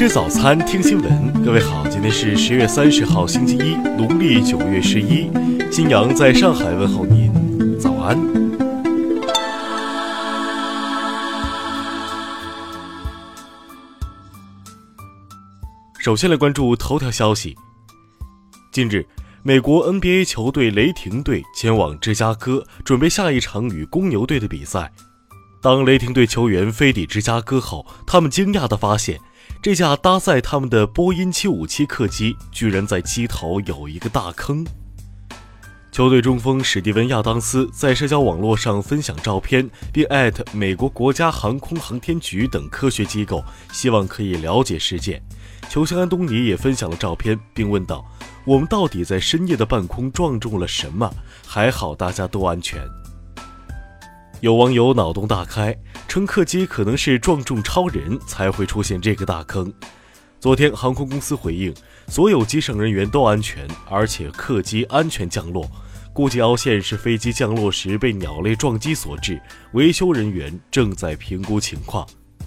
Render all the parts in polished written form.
吃早餐，听新闻。各位好，今天是10月30号，星期一，农历9月11。新阳在上海问候您，早安。首先来关注头条消息。近日，美国 NBA 球队雷霆队前往芝加哥，准备下一场与公牛队的比赛。当雷霆队球员飞抵芝加哥后，他们惊讶地发现，这架搭载他们的波音757客机居然在机头有一个大坑。球队中锋史蒂文·亚当斯在社交网络上分享照片，并美国国家航空航天局等科学机构，希望可以了解事件。球星安东尼也分享了照片，并问道：“我们到底在深夜的半空撞中了什么？还好大家都安全。”有网友脑洞大开，称客机可能是撞中超人才会出现这个大坑。昨天航空公司回应，所有机上人员都安全，而且客机安全降落，估计凹陷是飞机降落时被鸟类撞击所致，维修人员正在评估情况。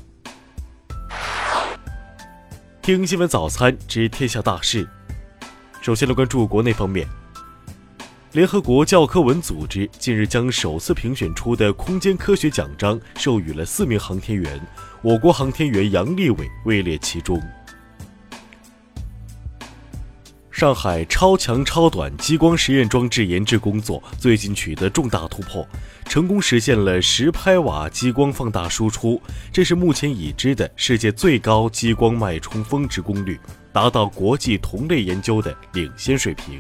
听新闻早餐知天下大事。首先来关注国内方面。联合国教科文组织近日将首次评选出的空间科学奖章授予了4名航天员，我国航天员杨利伟位列其中。上海超强超短激光实验装置研制工作最近取得重大突破，成功实现了10拍瓦激光放大输出，这是目前已知的世界最高激光脉冲峰值功率，达到国际同类研究的领先水平。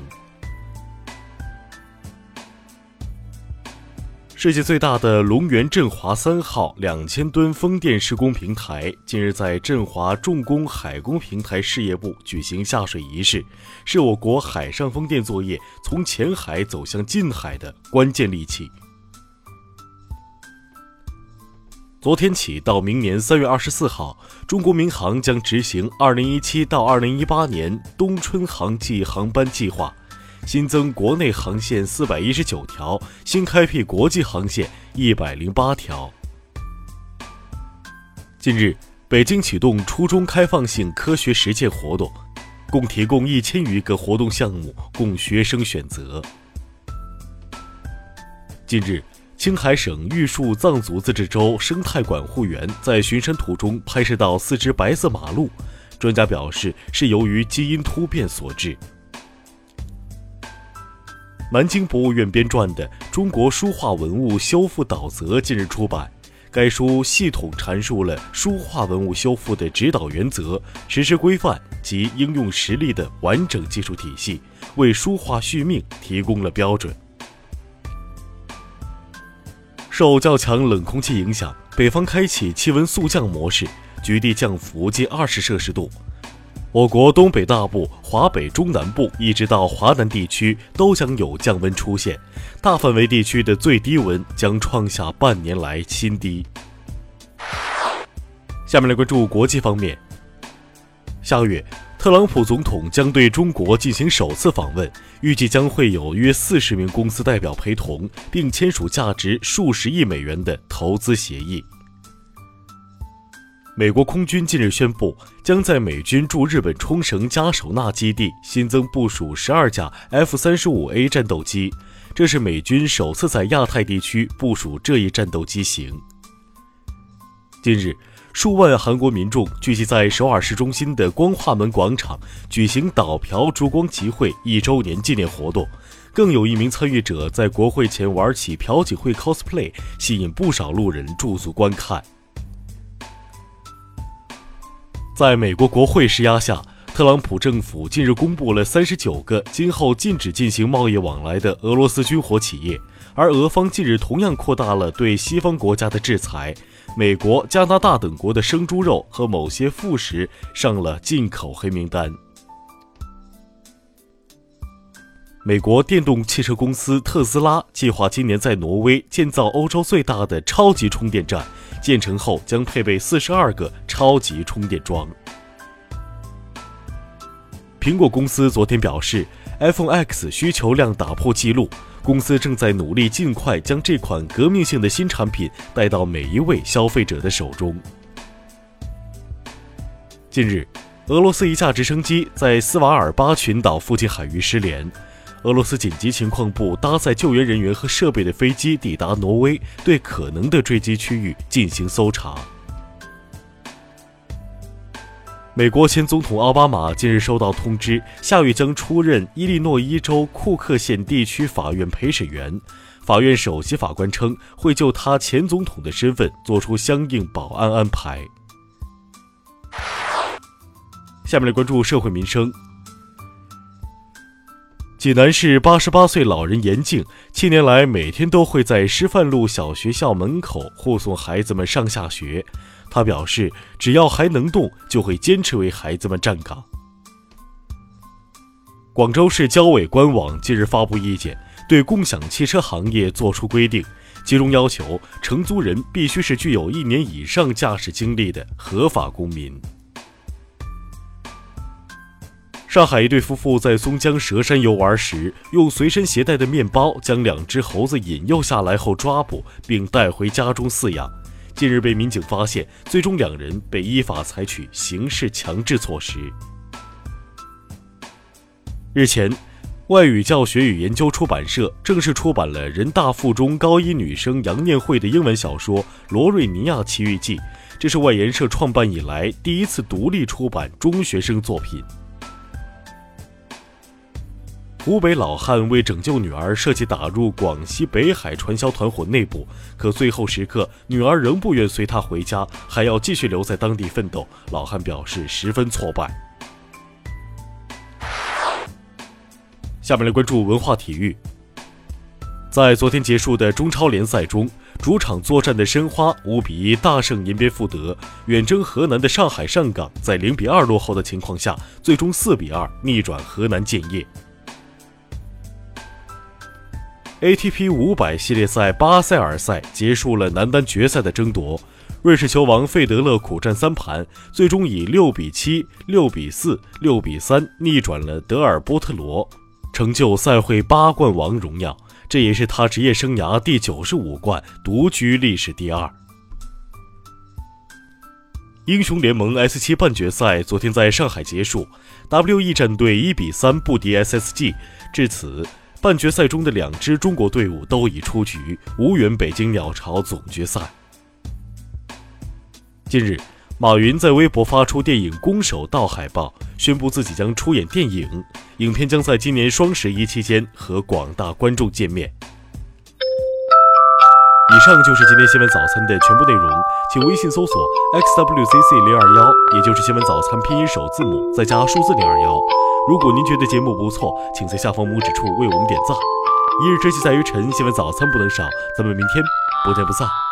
世界最大的龙源振华3号2000吨风电施工平台近日在振华重工海工平台事业部举行下水仪式，是我国海上风电作业从浅海走向近海的关键利器。昨天起到明年3月24号，中国民航将执行2017到2018年冬春航季航班计划，新增国内航线419条，新开辟国际航线108条。近日，北京启动初中开放性科学实践活动，共提供1000余个活动项目供学生选择。近日，青海省玉树藏族自治州生态管护员在巡山途中拍摄到4只白色马鹿，专家表示是由于基因突变所致。南京博物院编撰的《中国书画文物修复导则》近日出版，该书系统阐述了书画文物修复的指导原则、实施规范及应用实例的完整技术体系，为书画续命提供了标准。受较强冷空气影响，北方开启气温速降模式，局地降幅近20摄氏度。我国东北大部、华北中南部一直到华南地区都将有降温出现，大范围地区的最低温将创下半年来新低。下面来关注国际方面。下个月，特朗普总统将对中国进行首次访问，预计将会有约40名公司代表陪同，并签署价值数十亿美元的投资协议。美国空军近日宣布，将在美军驻日本冲绳加手纳基地新增部署12架 F-35A 战斗机，这是美军首次在亚太地区部署这一战斗机型。近日，数万韩国民众聚集在首尔市中心的光化门广场，举行岛朴烛光集会1周年纪念活动，更有一名参与者在国会前玩起朴槿惠 cosplay， 吸引不少路人驻足观看。在美国国会施压下，特朗普政府近日公布了39个今后禁止进行贸易往来的俄罗斯军火企业，而俄方近日同样扩大了对西方国家的制裁，美国、加拿大等国的生猪肉和某些副食上了进口黑名单。美国电动汽车公司特斯拉计划今年在挪威建造欧洲最大的超级充电站，建成后将配备42个超级充电桩。苹果公司昨天表示 iPhone X 需求量打破纪录，公司正在努力尽快将这款革命性的新产品带到每一位消费者的手中。近日， 俄罗斯一架直升机在斯瓦尔巴群岛附近海域失联，俄罗斯紧急情况部搭载救援人员和设备的飞机抵达挪威，对可能的坠机区域进行搜查。美国前总统奥巴马近日收到通知，下月将出任伊利诺伊州库克县地区法院陪审员。法院首席法官称，会就他前总统的身份做出相应保安安排。下面来关注社会民生。济南市88岁老人严静7年来每天都会在师范路小学校门口护送孩子们上下学。他表示，只要还能动，就会坚持为孩子们站岗。广州市交委官网近日发布意见，对共享汽车行业作出规定，其中要求承租人必须是具有1年以上驾驶经历的合法公民。上海一对夫妇在松江佘山游玩时，用随身携带的面包将2只猴子引诱下来后抓捕，并带回家中饲养。近日被民警发现，最终2人被依法采取刑事强制措施。日前，外语教学与研究出版社正式出版了人大附中高一女生杨念慧的英文小说《罗瑞尼亚奇遇记》，这是外研社创办以来第一次独立出版中学生作品。湖北老汉为拯救女儿，设计打入广西北海传销团伙内部，可最后时刻，女儿仍不愿随他回家，还要继续留在当地奋斗。老汉表示十分挫败。下面来关注文化体育。在昨天结束的中超联赛中，主场作战的申花5比1大胜延边富德，远征河南的上海上港在0比2落后的情况下，最终4比2逆转河南建业。ATP 500系列赛巴塞尔赛结束了男单决赛的争夺，瑞士球王费德勒苦战3盘，最终以6比7、6比4、6比3逆转了德尔波特罗，成就赛会8冠王荣耀，这也是他职业生涯第95冠，独居历史第2。英雄联盟 S7 半决赛昨天在上海结束 ，WE 战队1比3不敌 SSG， 至此半决赛中的2支中国队伍都已出局，无缘北京鸟巢总决赛。近日，马云在微博发出电影《攻守道》海报，宣布自己将出演电影，影片将在今年双11期间和广大观众见面。以上就是今天新闻早餐的全部内容，请微信搜索 XWCC021， 也就是新闻早餐拼音首字母再加数字021。如果您觉得节目不错，请在下方拇指处为我们点赞。一日之计在于晨，新闻早餐不能少，咱们明天不见不散。